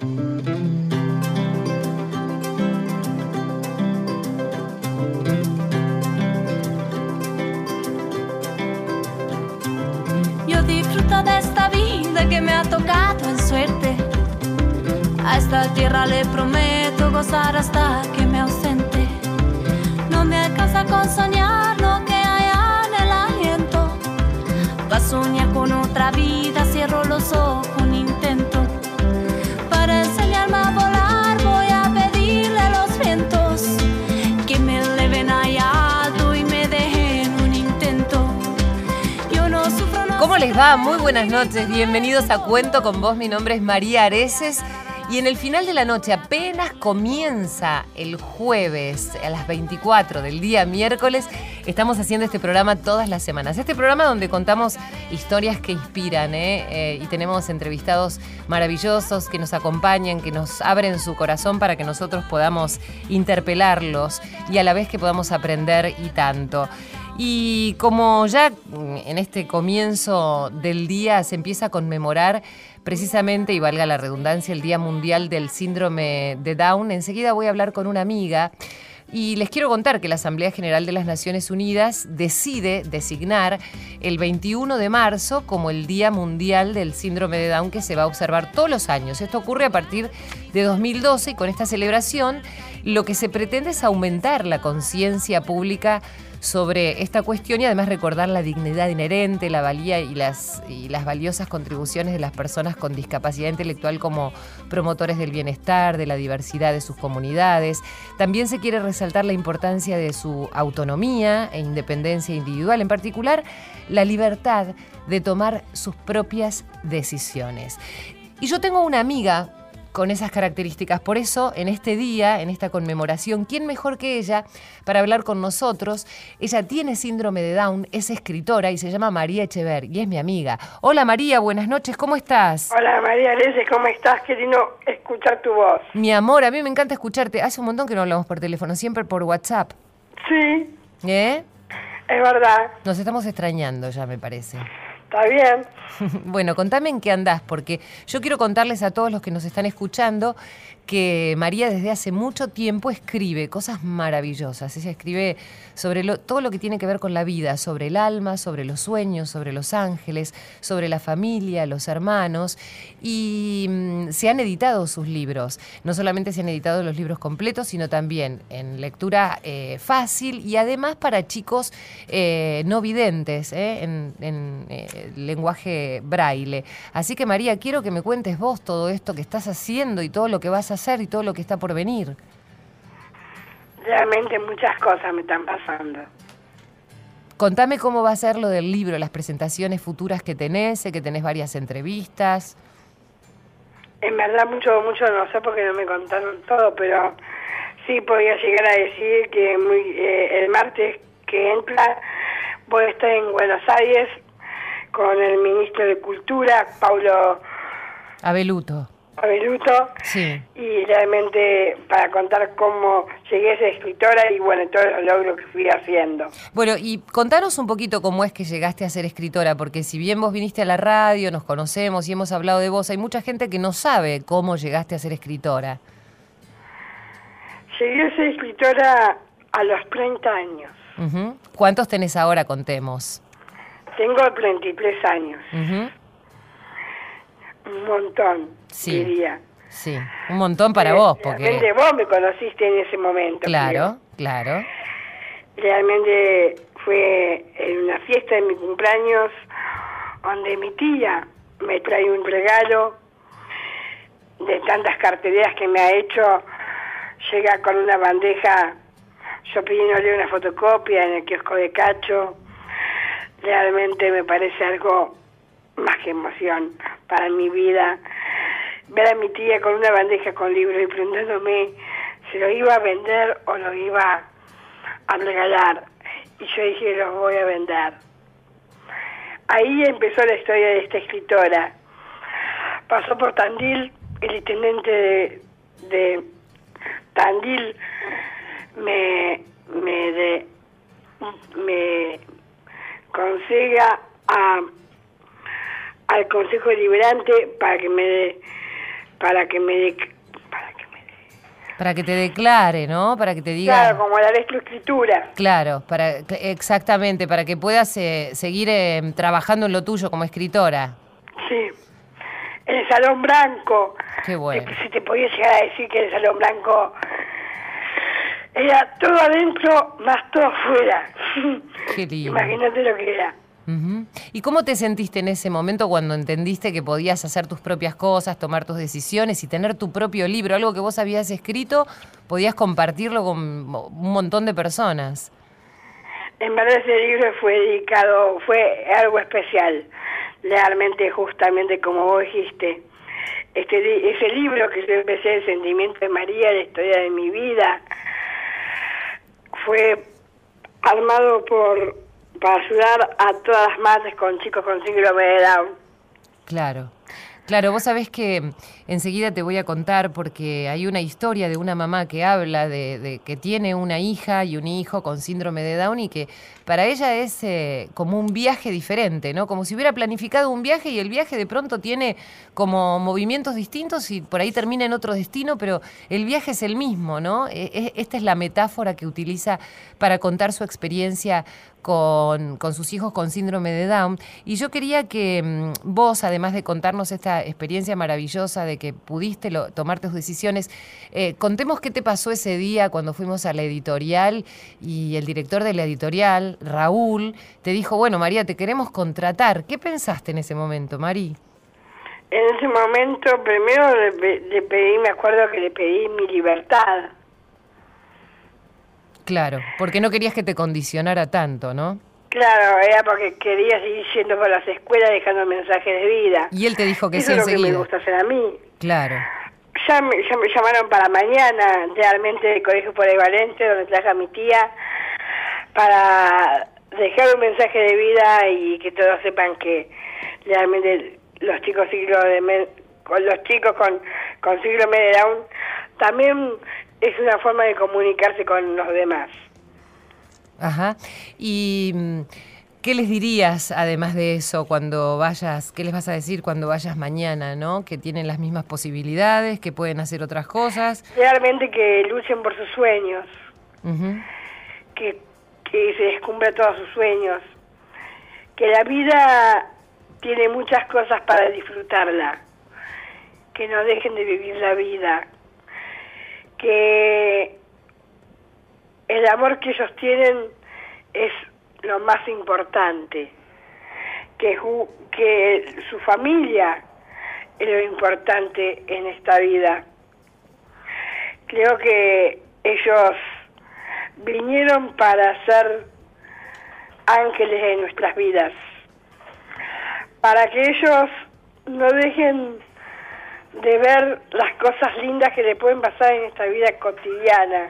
Yo disfruto de esta vida que me ha tocado en suerte. A esta tierra le prometo gozar hasta que me ausente. No me alcanza con soñar lo que hay en el aliento. Pa' soñar con otra vida cierro los ojos un intento. Para enseñarme a volar voy a pedirle a los vientos que me eleven allá alto y me dejen un intento. Yo no sufro, no. ¿Cómo les va? Muy buenas noches, bienvenidos a Cuento con Vos. Mi nombre es María Areces. Y en el final de la noche, apenas comienza el jueves a las 24 del día miércoles, estamos haciendo este programa todas las semanas. Este programa donde contamos historias que inspiran, y tenemos entrevistados maravillosos que nos acompañan, que nos abren su corazón para que nosotros podamos interpelarlos y a la vez que podamos aprender y tanto. Y como ya en este comienzo del día se empieza a conmemorar precisamente, y valga la redundancia, el Día Mundial del Síndrome de Down, enseguida voy a hablar con una amiga y les quiero contar que la Asamblea General de las Naciones Unidas decide designar el 21 de marzo como el Día Mundial del Síndrome de Down, que se va a observar todos los años. Esto ocurre a partir de 2012 y con esta celebración lo que se pretende es aumentar la conciencia pública sobre esta cuestión y además recordar la dignidad inherente, la valía y las valiosas contribuciones de las personas con discapacidad intelectual como promotores del bienestar, de la diversidad de sus comunidades. También se quiere resaltar la importancia de su autonomía e independencia individual, en particular la libertad de tomar sus propias decisiones. Y yo tengo una amiga con esas características. Por eso, en este día, en esta conmemoración, ¿quién mejor que ella para hablar con nosotros? Ella tiene síndrome de Down, es escritora y se llama María Echever y es mi amiga. Hola María, buenas noches, ¿cómo estás? Hola María Areces, ¿cómo estás? Qué lindo escuchar tu voz. Mi amor, a mí me encanta escucharte. Hace un montón que no hablamos por teléfono, siempre por WhatsApp. Sí. ¿Eh? Es verdad. Nos estamos extrañando ya, me parece. Está bien. Bueno, contame en qué andás, porque yo quiero contarles a todos los que nos están escuchando que María desde hace mucho tiempo escribe cosas maravillosas. Ella escribe sobre todo lo que tiene que ver con la vida, sobre el alma, sobre los sueños, sobre los ángeles, sobre la familia, los hermanos. Y se han editado sus libros. No solamente se han editado los libros completos, sino también en lectura fácil y además para chicos no videntes, en lenguaje braille. Así que María, quiero que me cuentes vos todo esto que estás haciendo y todo lo que vas a hacer y todo lo que está por venir. Realmente muchas cosas me están pasando. Contame cómo va a ser lo del libro, las presentaciones futuras que tenés, sé que tenés varias entrevistas. En verdad mucho no sé porque no me contaron todo, pero sí podía llegar a decir que el martes que entra voy a estar en Buenos Aires con el ministro de Cultura, Paulo Abeluto. Sí. Y realmente para contar cómo llegué a ser escritora y bueno, todos los logros que fui haciendo. Bueno, y contanos un poquito cómo es que llegaste a ser escritora, porque si bien vos viniste a la radio, nos conocemos y hemos hablado de vos, hay mucha gente que no sabe cómo llegaste a ser escritora. Llegué a ser escritora a los 30 años. Uh-huh. ¿Cuántos tenés ahora, contemos? Tengo 33 años. Uh-huh. Un montón, sí, diría. Sí, un montón para vos, porque... Realmente vos me conociste en ese momento. Claro, claro. Realmente fue en una fiesta de mi cumpleaños donde mi tía me trae un regalo de tantas carteleras que me ha hecho. Llega con una bandeja, yo pidiéndole una fotocopia en el kiosco de Cacho. Realmente me parece algo más que emoción para mi vida, ver a mi tía con una bandeja con libros y preguntándome si lo iba a vender o lo iba a regalar. Y yo dije, los voy a vender. Ahí empezó la historia de esta escritora. Pasó por Tandil, el intendente de Tandil me consega al Consejo Deliberante para que me para que me Para que te declare, ¿no? Para que te diga... Claro, como la lectoescritura. Claro, exactamente, para que puedas seguir trabajando en lo tuyo como escritora. Sí. El Salón Blanco. Qué bueno. Si te podía llegar a decir que el Salón Blanco era todo adentro, más todo afuera. Qué lindo. Imagínate lo que era. Uh-huh. ¿Y cómo te sentiste en ese momento cuando entendiste que podías hacer tus propias cosas, tomar tus decisiones y tener tu propio libro, algo que vos habías escrito, podías compartirlo con un montón de personas? En verdad ese libro fue algo especial, realmente, justamente como vos dijiste. Ese libro que yo empecé, El sentimiento de María, la historia de mi fue armado para ayudar a todas las madres con chicos con síndrome de Down. Claro. Claro, vos sabés que enseguida te voy a contar porque hay una historia de una mamá que habla de que tiene una hija y un hijo con síndrome de Down y que para ella es como un viaje diferente, ¿no? Como si hubiera planificado un viaje y el viaje de pronto tiene como movimientos distintos y por ahí termina en otro destino, pero el viaje es el mismo, ¿no? Esta es la metáfora que utiliza para contar su experiencia con sus hijos con síndrome de Down. Y yo quería que vos, además de contarnos esta experiencia maravillosa de que pudiste tomar tus decisiones, contemos qué te pasó ese día cuando fuimos a la editorial y el director de la editorial, Raúl, te dijo, bueno, María, te queremos contratar. ¿Qué pensaste en ese momento, Mari? En ese momento, primero le pedí, me acuerdo que le pedí mi libertad. Claro, porque no querías que te condicionara tanto, ¿no? Claro, era porque quería seguir yendo por las escuelas dejando mensajes de vida. Y él te dijo que eso sí enseguida. Eso es lo que me gusta hacer a mí. Claro. Ya me llamaron para mañana, realmente, del Colegio Polivalente, donde trabaja mi tía, para dejar un mensaje de vida y que todos sepan que realmente los chicos con síndrome de Down también es una forma de comunicarse con los demás. Ajá. ¿Y qué les dirías, además de eso, cuando vayas? ¿Qué les vas a decir cuando vayas mañana, no? Que tienen las mismas posibilidades, que pueden hacer otras cosas. Realmente que luchen por sus sueños. Uh-huh. Que se descumplan todos sus sueños. Que la vida tiene muchas cosas para disfrutarla. Que no dejen de vivir la vida. Que el amor que ellos tienen es lo más importante, que su familia es lo importante en esta vida. Creo que ellos vinieron para ser ángeles en nuestras vidas, para que ellos no dejen de ver las cosas lindas que le pueden pasar en esta vida cotidiana.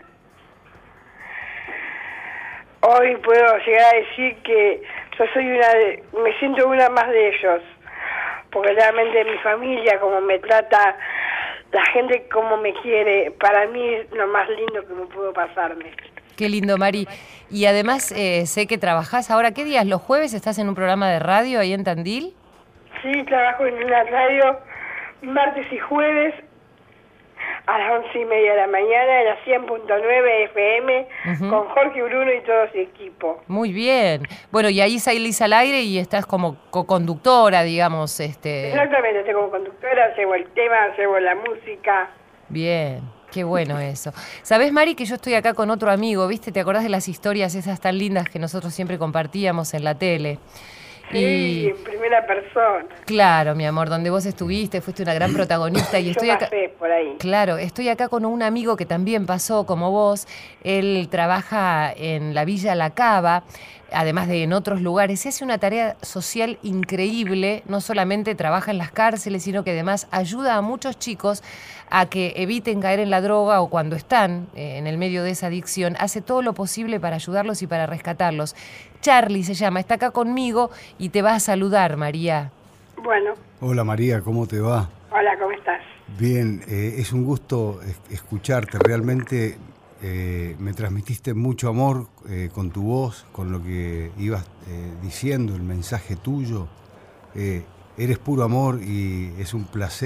Hoy puedo llegar a decir que yo me siento una más de ellos, porque realmente mi familia, como me trata, la gente como me quiere, para mí es lo más lindo que me pudo pasarme. Qué lindo, Mari. Y además sé que trabajás ahora, ¿qué días? ¿Los jueves estás en un programa de radio ahí en Tandil? Sí, trabajo en una radio martes y jueves a las 11:30 de la mañana en la 100.9 FM, uh-huh, con Jorge Bruno y todo su equipo. Muy bien. Bueno, y ahí salís al aire y estás como co-conductora, digamos. Exactamente, estoy como conductora, llevo el tema, llevo la música. Bien, qué bueno eso. ¿Sabés, Mari, que yo estoy acá con otro amigo, viste? ¿Te acordás de las historias esas tan lindas que nosotros siempre compartíamos en la tele? Sí, en primera persona. Claro, mi amor, donde vos estuviste, fuiste una gran protagonista y estoy acá. Por ahí. Claro, estoy acá con un amigo que también pasó como vos. Él trabaja en la Villa La Cava, además de en otros lugares. Hace una tarea social increíble, no solamente trabaja en las cárceles, sino que además ayuda a muchos chicos a que eviten caer en la droga o cuando están en el medio de esa adicción, hace todo lo posible para ayudarlos y para rescatarlos. Charlie se llama, está acá conmigo y te va a saludar, María. Bueno. Hola, María, ¿cómo te va? Hola, ¿cómo estás? Bien, es un gusto escucharte, realmente me transmitiste mucho amor con tu voz, con lo que ibas diciendo, el mensaje tuyo. Eres puro amor y es un placer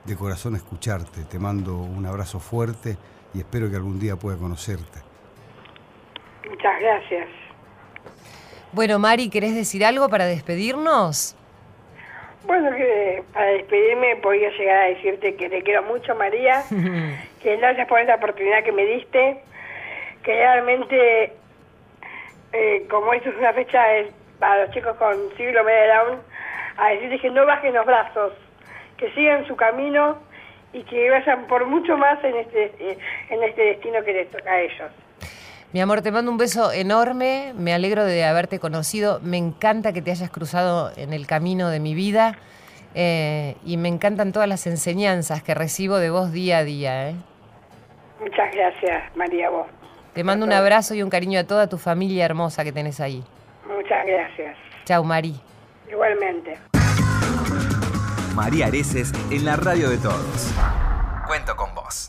de corazón escucharte. Te mando un abrazo fuerte y espero que algún día pueda conocerte. Muchas gracias. Bueno, Mari, ¿querés decir algo para despedirnos? Bueno, que para despedirme podría llegar a decirte que te quiero mucho, María, que gracias por esta oportunidad que me diste, que realmente, como esto es una fecha para los chicos con síndrome de Down, a decirles que no bajen los brazos, que sigan su camino y que vayan por mucho más en este destino que les toca a ellos. Mi amor, te mando un beso enorme, me alegro de haberte conocido, me encanta que te hayas cruzado en el camino de mi vida y me encantan todas las enseñanzas que recibo de vos día a día. Muchas gracias, María, vos. Te mando un abrazo y un cariño a toda tu familia hermosa que tenés ahí. Muchas gracias. Chau, Mari. Igualmente. María Areces en la radio de todos. Cuento con vos.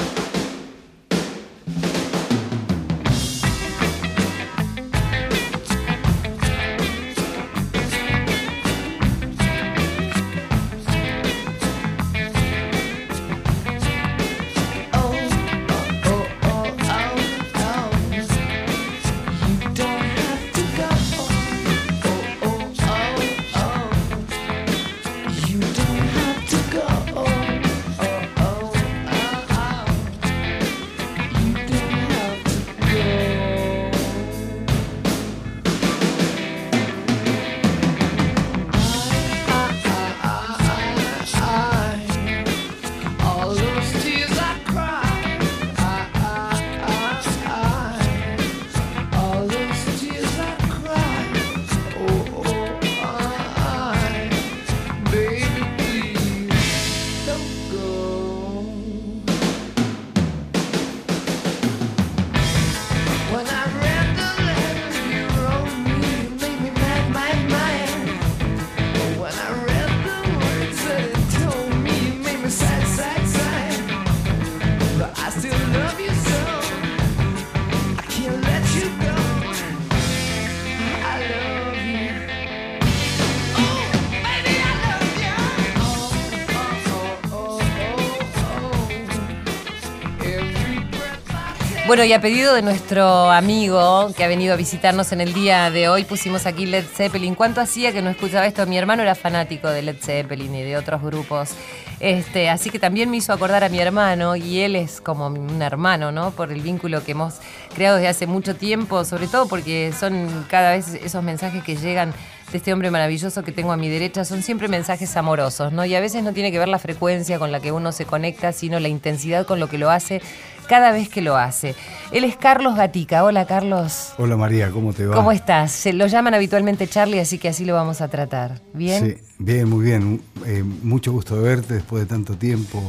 Bueno, y a pedido de nuestro amigo que ha venido a visitarnos en el día de hoy, pusimos aquí Led Zeppelin. ¿Cuánto hacía que no escuchaba esto? Mi hermano era fanático de Led Zeppelin y de otros grupos. Así que también me hizo acordar a mi hermano, y él es como un hermano, ¿no? Por el vínculo que hemos creado desde hace mucho tiempo, sobre todo porque son cada vez esos mensajes que llegan de este hombre maravilloso que tengo a mi derecha, son siempre mensajes amorosos, ¿no? Y a veces no tiene que ver la frecuencia con la que uno se conecta, sino la intensidad con lo que lo hace cada vez que lo hace. Él es Carlos Gatica. Hola, Carlos. Hola, María, ¿cómo te va? ¿Cómo estás? Se lo llaman habitualmente Charlie, así que así lo vamos a tratar. ¿Bien? Sí, bien, muy bien. Mucho gusto de verte después de tanto tiempo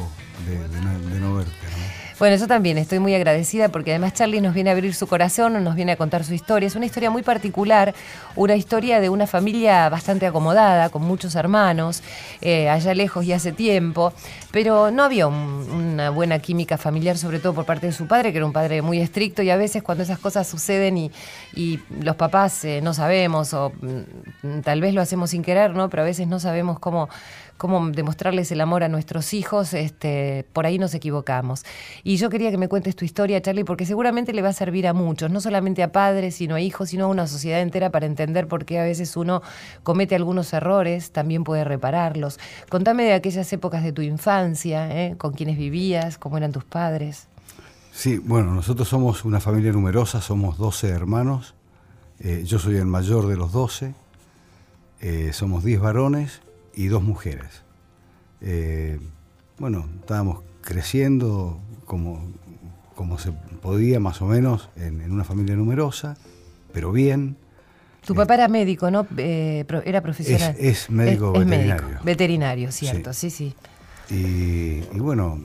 de no verte, ¿no? Bueno, yo también estoy muy agradecida porque además Charlie nos viene a abrir su corazón, nos viene a contar su historia. Es una historia muy particular, una historia de una familia bastante acomodada, con muchos hermanos, allá lejos y hace tiempo, pero no había una buena química familiar, sobre todo por parte de su padre, que era un padre muy estricto, y a veces cuando esas cosas suceden y los papás no sabemos, o tal vez lo hacemos sin querer, ¿no? Pero a veces no sabemos cómo demostrarles el amor a nuestros hijos, por ahí nos equivocamos. Y yo quería que me cuentes tu historia, Charlie, porque seguramente le va a servir a muchos, no solamente a padres, sino a hijos, sino a una sociedad entera, para entender por qué a veces uno comete algunos errores, también puede repararlos. Contame de aquellas épocas de tu infancia, con quiénes vivías, cómo eran tus padres. Sí, bueno, nosotros somos una familia numerosa, somos 12 hermanos, yo soy el mayor de los 12, somos 10 varones y 2 mujeres. Bueno, estábamos creciendo como se podía, más o menos, en una familia numerosa, pero bien. Tu papá era médico, ¿no? Era profesional. Es médico veterinario. Médico, veterinario, cierto, sí. Y bueno,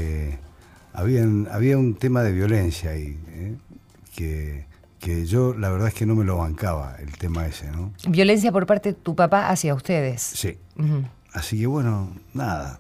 había un tema de violencia ahí, que yo la verdad es que no me lo bancaba, el tema ese, ¿no? Violencia por parte de tu papá hacia ustedes. Sí. Uh-huh. Así que bueno, nada.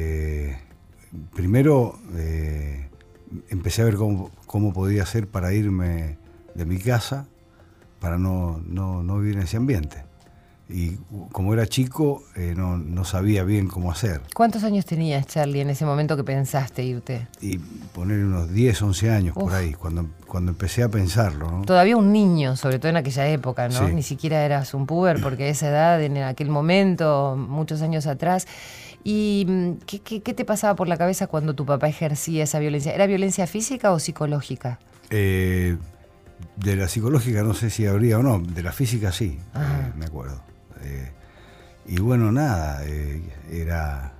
Primero empecé a ver cómo podía hacer para irme de mi casa, para no vivir en ese ambiente. Y como era chico, no sabía bien cómo hacer. ¿Cuántos años tenías, Charlie, en ese momento que pensaste irte? Y poner unos 10, 11 años por ahí, cuando empecé a pensarlo, ¿no? Todavía un niño, sobre todo en aquella época, ¿no? Sí. Ni siquiera eras un puber, porque a esa edad, en aquel momento, muchos años atrás. ¿Y qué te pasaba por la cabeza cuando tu papá ejercía esa violencia? ¿Era violencia física o psicológica? De la psicológica no sé si habría o no, de la física sí, me acuerdo. Y bueno, nada, era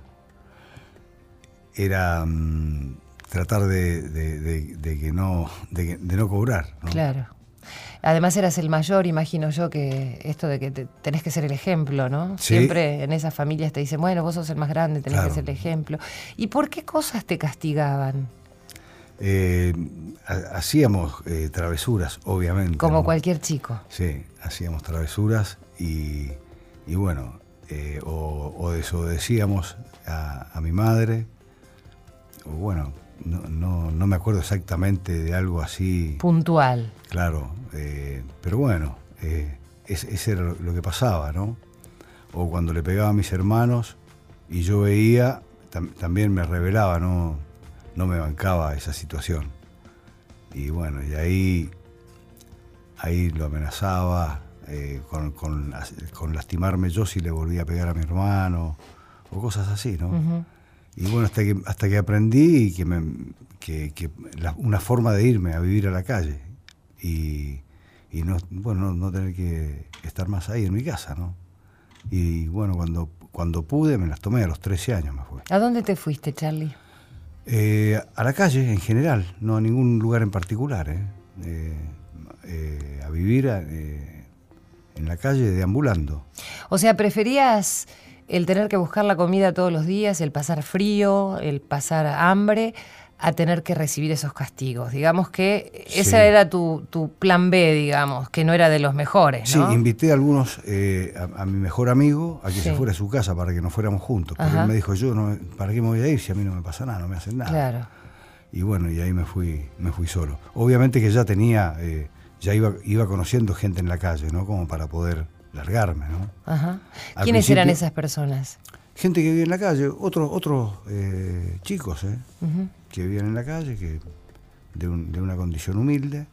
tratar de no cobrar, ¿no? Claro. Además eras el mayor, imagino yo, que esto de que tenés que ser el ejemplo, ¿no? Sí. Siempre en esas familias te dicen, bueno, vos sos el más grande, tenés que ser el ejemplo. ¿Y por qué cosas te castigaban? Hacíamos travesuras, obviamente. Como ¿no? cualquier chico. Sí, hacíamos travesuras y bueno, o desobedecíamos a mi madre, o bueno, no me acuerdo exactamente de algo así. Puntual. Claro, pero bueno, ese era lo que pasaba, ¿no? O cuando le pegaba a mis hermanos y yo veía, también me rebelaba, no me bancaba esa situación. Y bueno, y ahí lo amenazaba con lastimarme yo si le volvía a pegar a mi hermano, o cosas así, ¿no? Uh-huh. Y bueno, hasta que aprendí que una forma de irme a vivir a la calle y no tener que estar más ahí en mi casa, ¿no? Y bueno, cuando pude me las tomé, a los 13 años me fui. ¿A dónde te fuiste, Charlie? A la calle en general, no a ningún lugar en particular, a vivir en la calle deambulando. O sea, ¿preferías el tener que buscar la comida todos los días, el pasar frío, el pasar hambre, a tener que recibir esos castigos? Digamos que ese era tu plan B, digamos, que no era de los mejores, ¿no? Sí, invité a algunos, a mi mejor amigo, a que se fuera a su casa para que nos fuéramos juntos. Pero él me dijo, ¿para qué me voy a ir si a mí no me pasa nada, no me hacen nada? Claro. Y bueno, y ahí me fui solo. Obviamente que ya tenía, ya iba conociendo gente en la calle, ¿no? Como para poder largarme, ¿no? Ajá. ¿Quiénes eran esas personas? Gente que vivía en la calle, otros chicos, uh-huh, que vivían en la calle, que de una condición humilde,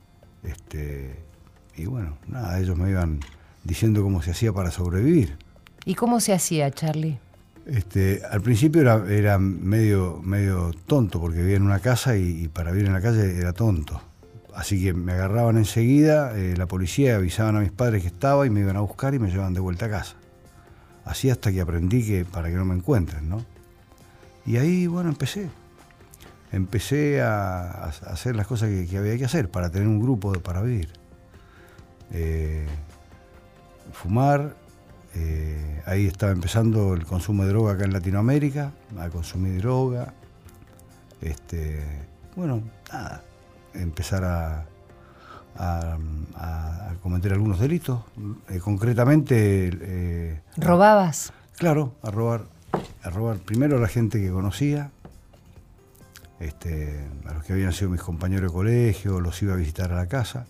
y bueno, nada, ellos me iban diciendo cómo se hacía para sobrevivir. ¿Y cómo se hacía, Charlie? Al principio era medio tonto, porque vivía en una casa y para vivir en la calle era tonto. Así que me agarraban enseguida, la policía, avisaban a mis padres que estaba y me iban a buscar y me llevaban de vuelta a casa. Así hasta que aprendí para que no me encuentren, ¿no? Y ahí, bueno, empecé a hacer las cosas que había que hacer para tener un grupo para vivir. Fumar, ahí estaba empezando el consumo de droga acá en Latinoamérica, a consumir droga. Bueno, nada, empezar a cometer algunos delitos, concretamente... ¿Robabas? Claro, a robar primero a la gente que conocía, a los que habían sido mis compañeros de colegio, los iba a visitar a la casa,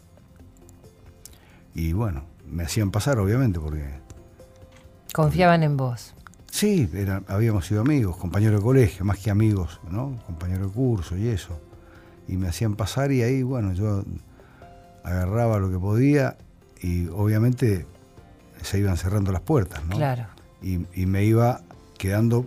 y bueno, me hacían pasar, obviamente, porque... Confiaban en vos. Sí, habíamos sido amigos, compañeros de colegio, más que amigos, ¿no? Compañeros de curso y eso. Y me hacían pasar y ahí, bueno, yo agarraba lo que podía y obviamente se iban cerrando las puertas, ¿no? Claro. Y me iba quedando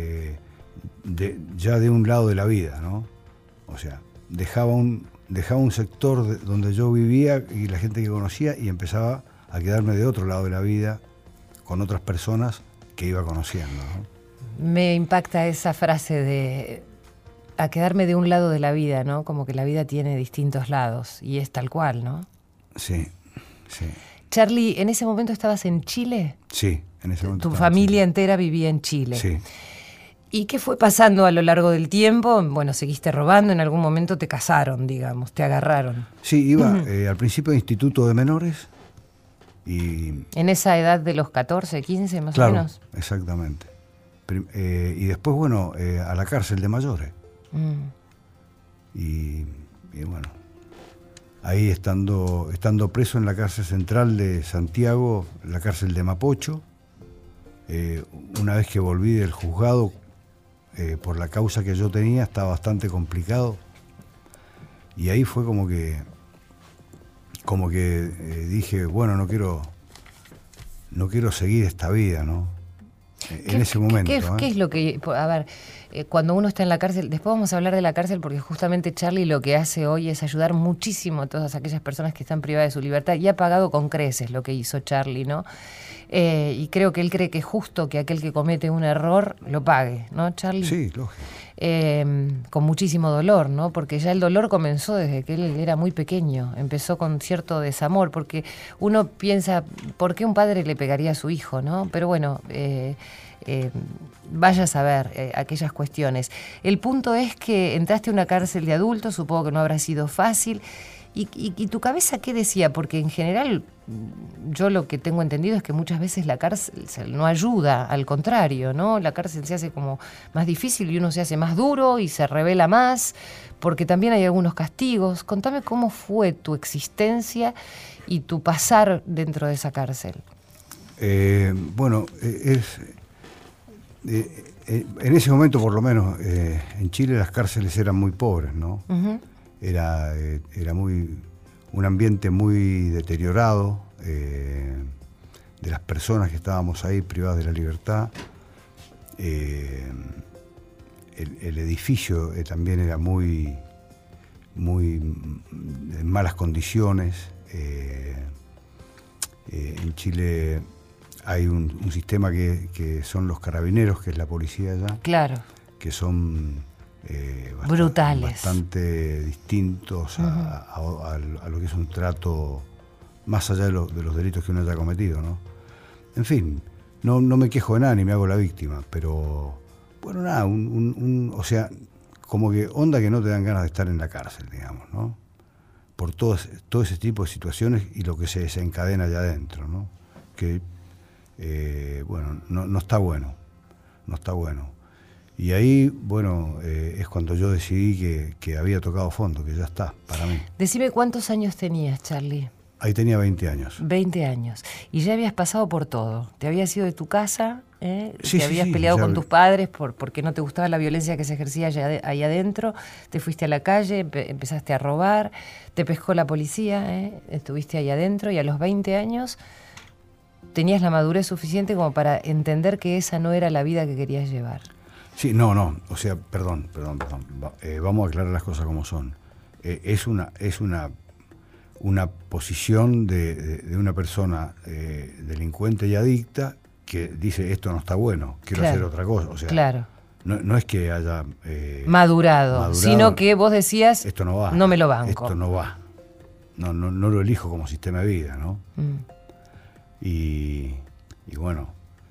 ya de un lado de la vida, ¿no? O sea, dejaba un sector donde yo vivía y la gente que conocía y empezaba a quedarme de otro lado de la vida con otras personas que iba conociendo, ¿no? Me impacta esa frase de a quedarme de un lado de la vida, ¿no? Como que la vida tiene distintos lados y es tal cual, ¿no? Sí, sí. Charlie, ¿en ese momento estabas en Chile? Sí, en ese momento. Tu familia entera vivía en Chile. Sí. ¿Y qué fue pasando a lo largo del tiempo? Bueno, seguiste robando, en algún momento te casaron, digamos, te agarraron. Sí, iba al principio a instituto de menores y... ¿En esa edad de los 14, 15 más claro, o menos? Exactamente. Y después, bueno, a la cárcel de mayores. Y bueno, ahí estando preso en la cárcel central de Santiago, la cárcel de Mapocho. Una vez que volví del juzgado, por la causa que yo tenía, estaba bastante complicado. Y ahí fue como que dije, bueno, no quiero seguir esta vida, ¿no? En ese momento. ¿Qué es lo que...? A ver, cuando uno está en la cárcel, después vamos a hablar de la cárcel, porque justamente Charly lo que hace hoy es ayudar muchísimo a todas aquellas personas que están privadas de su libertad, y ha pagado con creces lo que hizo Charly, ¿no? Y creo que él cree que es justo que aquel que comete un error lo pague, ¿no, Charly? Sí, lógico. Con muchísimo dolor, ¿no? Porque ya el dolor comenzó desde que él era muy pequeño, empezó con cierto desamor, porque uno piensa, ¿por qué un padre le pegaría a su hijo, no? Pero bueno, vaya a saber aquellas cuestiones. El punto es que entraste a una cárcel de adultos, supongo que no habrá sido fácil. ¿Y tu cabeza qué decía? Porque en general, yo lo que tengo entendido es que muchas veces la cárcel no ayuda, al contrario, ¿no? La cárcel se hace como más difícil y uno se hace más duro y se revela más, porque también hay algunos castigos. Contame cómo fue tu existencia y tu pasar dentro de esa cárcel. Bueno, en ese momento, por lo menos, en Chile las cárceles eran muy pobres, ¿no? Uh-huh. Era un ambiente muy deteriorado, de las personas que estábamos ahí privadas de la libertad. El edificio también era muy en malas condiciones. En Chile hay un sistema que son los carabineros, que es la policía allá. Claro. Que son brutales, bastante distintos a lo que es un trato más allá de los delitos que uno haya cometido, ¿no? En fin, no me quejo de nada ni me hago la víctima, pero bueno, nada, o sea, como que onda que no te dan ganas de estar en la cárcel, digamos, ¿no? Por todo ese tipo de situaciones y lo que se desencadena allá adentro, ¿no? Que bueno, no está bueno, no está bueno. Y ahí, bueno, es cuando yo decidí que había tocado fondo, que ya está, para mí. Decime cuántos años tenías, Charly. Ahí tenía 20 años. 20 años. Y ya habías pasado por todo. Te habías ido de tu casa, sí, te habías peleado con tus padres porque no te gustaba la violencia que se ejercía ahí adentro, te fuiste a la calle, empezaste a robar, te pescó la policía, estuviste ahí adentro y a los 20 años tenías la madurez suficiente como para entender que esa no era la vida que querías llevar. Sí, no, o sea, perdón. Vamos a aclarar las cosas como son. Es una posición de una persona delincuente y adicta que dice, esto no está bueno, quiero hacer otra cosa. O sea, claro. No es que haya madurado, sino que vos decías, esto no va, no me lo banco. Esto no va. No lo elijo como sistema de vida, ¿no? Y bueno,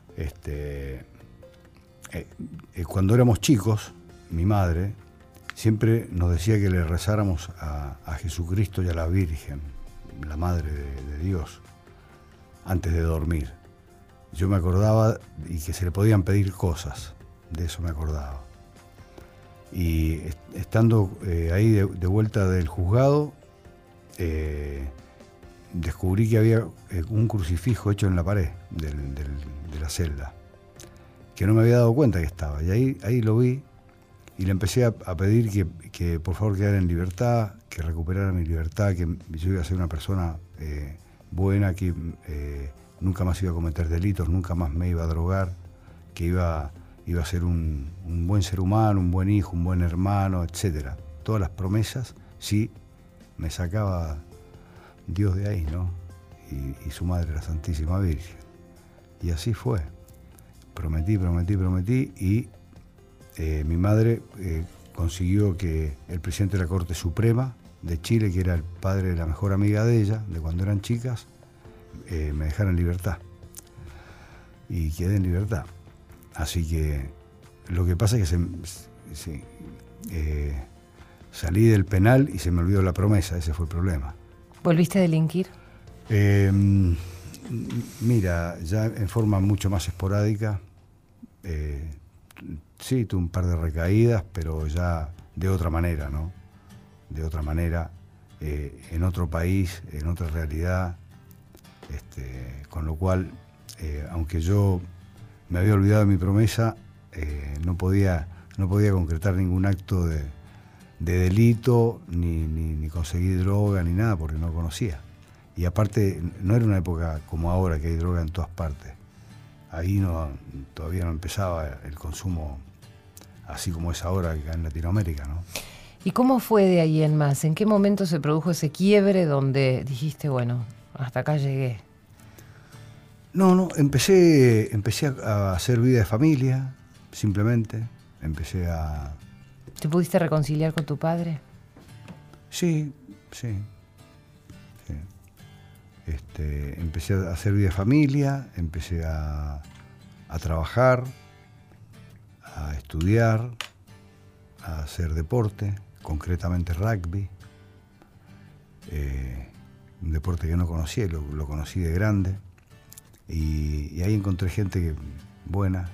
cuando éramos chicos, mi madre siempre nos decía que le rezáramos a Jesucristo y a la Virgen, la Madre de Dios, antes de dormir. Yo me acordaba y que se le podían pedir cosas, de eso me acordaba. Y estando ahí de vuelta del juzgado, descubrí que había un crucifijo hecho en la pared de la celda, que no me había dado cuenta que estaba. Y ahí lo vi y le empecé a pedir que por favor quedara en libertad, que recuperara mi libertad, que yo iba a ser una persona buena, que nunca más iba a cometer delitos, nunca más me iba a drogar, que iba a ser un buen ser humano, un buen hijo, un buen hermano, etcétera. Todas las promesas, sí, me sacaba Dios de ahí, ¿no? Y su madre, la Santísima Virgen. Y así fue. Prometí y mi madre consiguió que el presidente de la Corte Suprema de Chile, que era el padre de la mejor amiga de ella, de cuando eran chicas, me dejara en libertad. Y quedé en libertad. Así que lo que pasa es que salí del penal y se me olvidó la promesa, ese fue el problema. ¿Volviste a delinquir? Mira, ya en forma mucho más esporádica. Sí, tuve un par de recaídas, pero ya de otra manera, ¿no? De otra manera, en otro país, en otra realidad, con lo cual, aunque yo me había olvidado de mi promesa, no podía concretar ningún acto de delito, ni conseguir droga, ni nada, porque no conocía. Y aparte, no era una época como ahora, que hay droga en todas partes. Ahí todavía no empezaba el consumo así como es ahora acá en Latinoamérica, ¿no? ¿Y cómo fue de ahí en más? ¿En qué momento se produjo ese quiebre donde dijiste, bueno, hasta acá llegué? No, empecé a hacer vida de familia, simplemente. ¿Te pudiste reconciliar con tu padre? Sí. Empecé a hacer vida de familia, empecé a trabajar, a estudiar, a hacer deporte, concretamente rugby, un deporte que no conocía, lo conocí de grande, y ahí encontré gente buena,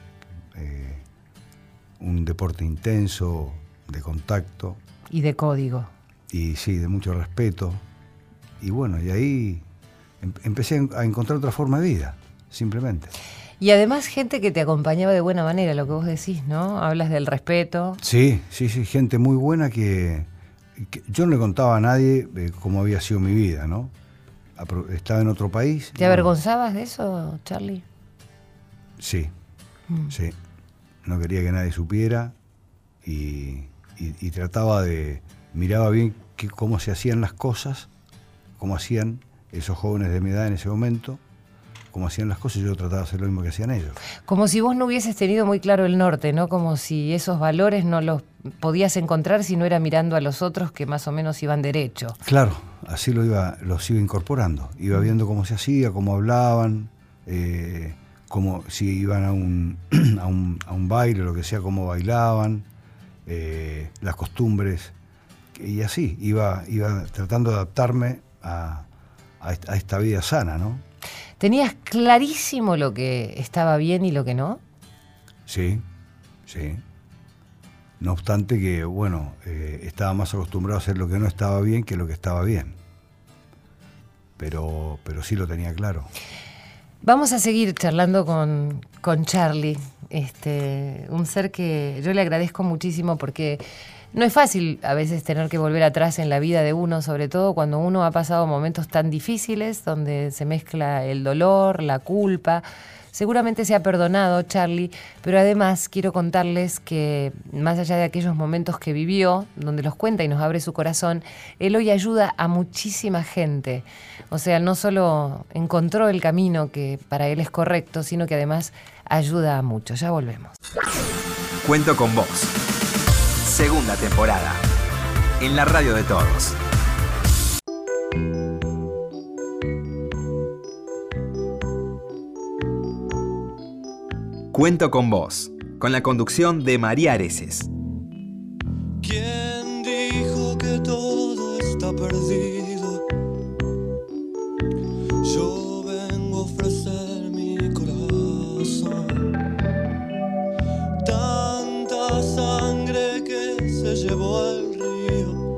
un deporte intenso, de contacto. Y de código. Y sí, de mucho respeto. Y bueno, y ahí empecé a encontrar otra forma de vida, simplemente. Y además gente que te acompañaba de buena manera, lo que vos decís, ¿no? Hablas del respeto. Sí, gente muy buena que yo no le contaba a nadie cómo había sido mi vida, ¿no? Estaba en otro país. ¿Te avergonzabas de eso, Charlie? Sí, sí. No quería que nadie supiera y trataba miraba bien cómo se hacían las cosas, cómo hacían esos jóvenes de mi edad en ese momento, cómo hacían las cosas, y yo trataba de hacer lo mismo que hacían ellos. Como si vos no hubieses tenido muy claro el norte, ¿no? Como si esos valores no los podías encontrar si no era mirando a los otros que más o menos iban derecho. Claro, así los iba incorporando. Iba viendo cómo se hacía, cómo hablaban, como si iban a un baile o lo que sea, cómo bailaban, las costumbres, y así iba tratando de adaptarme a esta vida sana, ¿no? ¿Tenías clarísimo lo que estaba bien y lo que no? Sí. No obstante que, bueno, estaba más acostumbrado a hacer lo que no estaba bien que lo que estaba bien. Pero sí lo tenía claro. Vamos a seguir charlando con Charlie, un ser que yo le agradezco muchísimo porque no es fácil a veces tener que volver atrás en la vida de uno, sobre todo cuando uno ha pasado momentos tan difíciles donde se mezcla el dolor, la culpa. Seguramente se ha perdonado Charlie, pero además quiero contarles que más allá de aquellos momentos que vivió, donde los cuenta y nos abre su corazón, él hoy ayuda a muchísima gente. O sea, no solo encontró el camino que para él es correcto, sino que además ayuda a muchos. Ya volvemos. Cuento con vos. Segunda temporada. En la radio de todos. Cuento con vos, con la conducción de María Areces. ¿Quién dijo que todo está perdido? Yo vengo a ofrecer mi corazón. Tanta sangre que se llevó al río.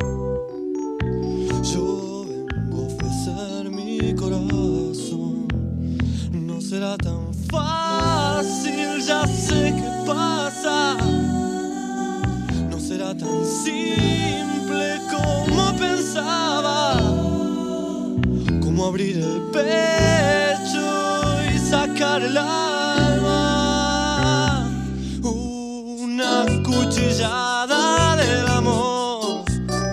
Yo vengo a ofrecer mi corazón. No será tan fácil, ya sé qué pasa. No será tan simple como pensaba, como abrir el pecho y sacar el alma. Una cuchillada del amor,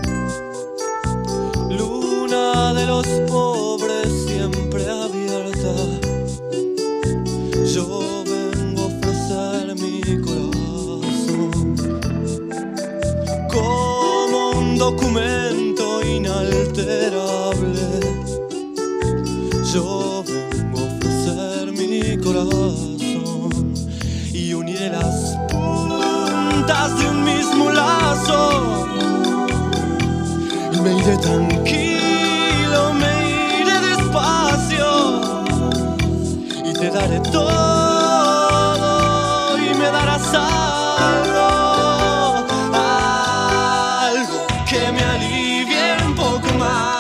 luna de los pobres siempre abierta. Yo vengo a ofrecer mi corazón como un documento inalterable. Yo vengo a ofrecer mi corazón y uniré las puntas de un mismo lazo. Y me iré tranquilo, me iré despacio. Y te daré todo y me darás algo que me alivie un poco más.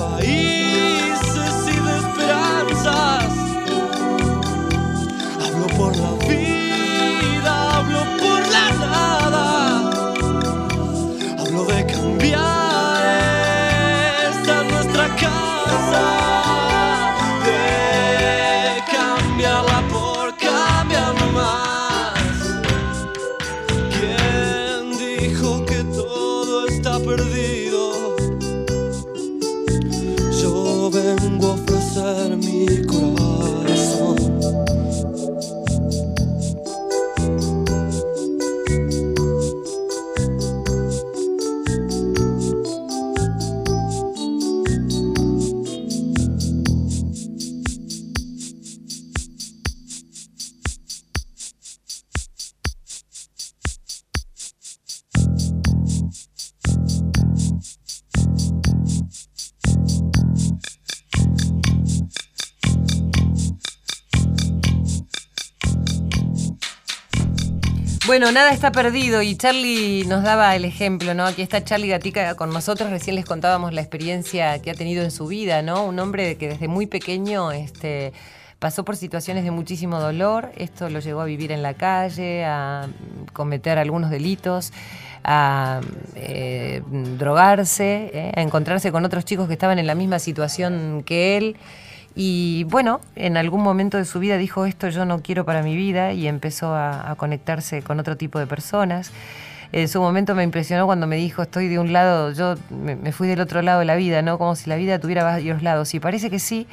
países y de esperanzas. Hablo por la vida, hablo por la nada. Hablo de cambiar esta nuestra casa, de cambiarla por cambiar más. ¿Quién dijo que todo está perdido? Yo vengo a ofrecer mi corazón. Bueno, nada está perdido y Charly nos daba el ejemplo, ¿no? Aquí está Charly Gatica con nosotros, recién les contábamos la experiencia que ha tenido en su vida, ¿no? Un hombre que desde muy pequeño pasó por situaciones de muchísimo dolor, esto lo llevó a vivir en la calle, a cometer algunos delitos, a drogarse, a encontrarse con otros chicos que estaban en la misma situación que él. Y bueno, en algún momento de su vida dijo, esto yo no quiero para mi vida, y empezó a conectarse con otro tipo de personas. En su momento me impresionó cuando me dijo, estoy de un lado, yo me fui del otro lado de la vida, ¿no? Como si la vida tuviera varios lados. Y parece que sí.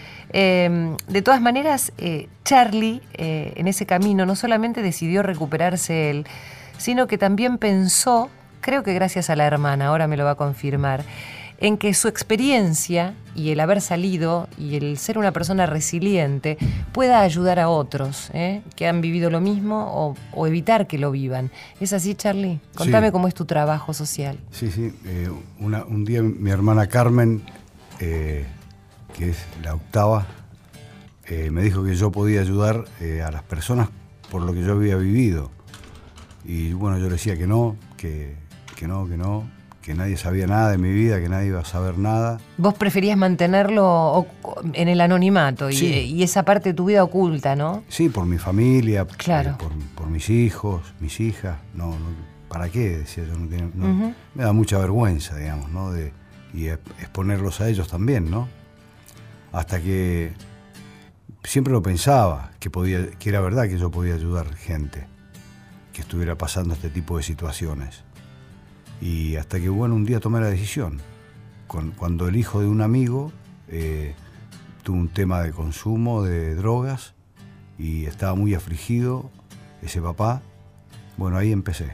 De todas maneras, Charly, en ese camino, no solamente decidió recuperarse él, sino que también pensó, creo que gracias a la hermana, ahora me lo va a confirmar, en que su experiencia y el haber salido y el ser una persona resiliente pueda ayudar a otros que han vivido lo mismo o evitar que lo vivan. ¿Es así, Charly? Contame cómo es tu trabajo social. Sí. Un día mi hermana Carmen, que es la octava, me dijo que yo podía ayudar a las personas por lo que yo había vivido. Y bueno, yo le decía que no, que nadie sabía nada de mi vida, que nadie iba a saber nada. Vos preferías mantenerlo en el anonimato y esa parte de tu vida oculta, ¿no? Sí, por mi familia, claro. por mis hijos, mis hijas. No, ¿para qué? Decía yo. Me da mucha vergüenza, digamos, ¿no? Y exponerlos a ellos también, ¿no? Hasta que siempre lo pensaba, que era verdad que yo podía ayudar gente que estuviera pasando este tipo de situaciones. Y hasta que, bueno, un día tomé la decisión. Cuando el hijo de un amigo tuvo un tema de consumo de drogas y estaba muy afligido ese papá, bueno, ahí empecé.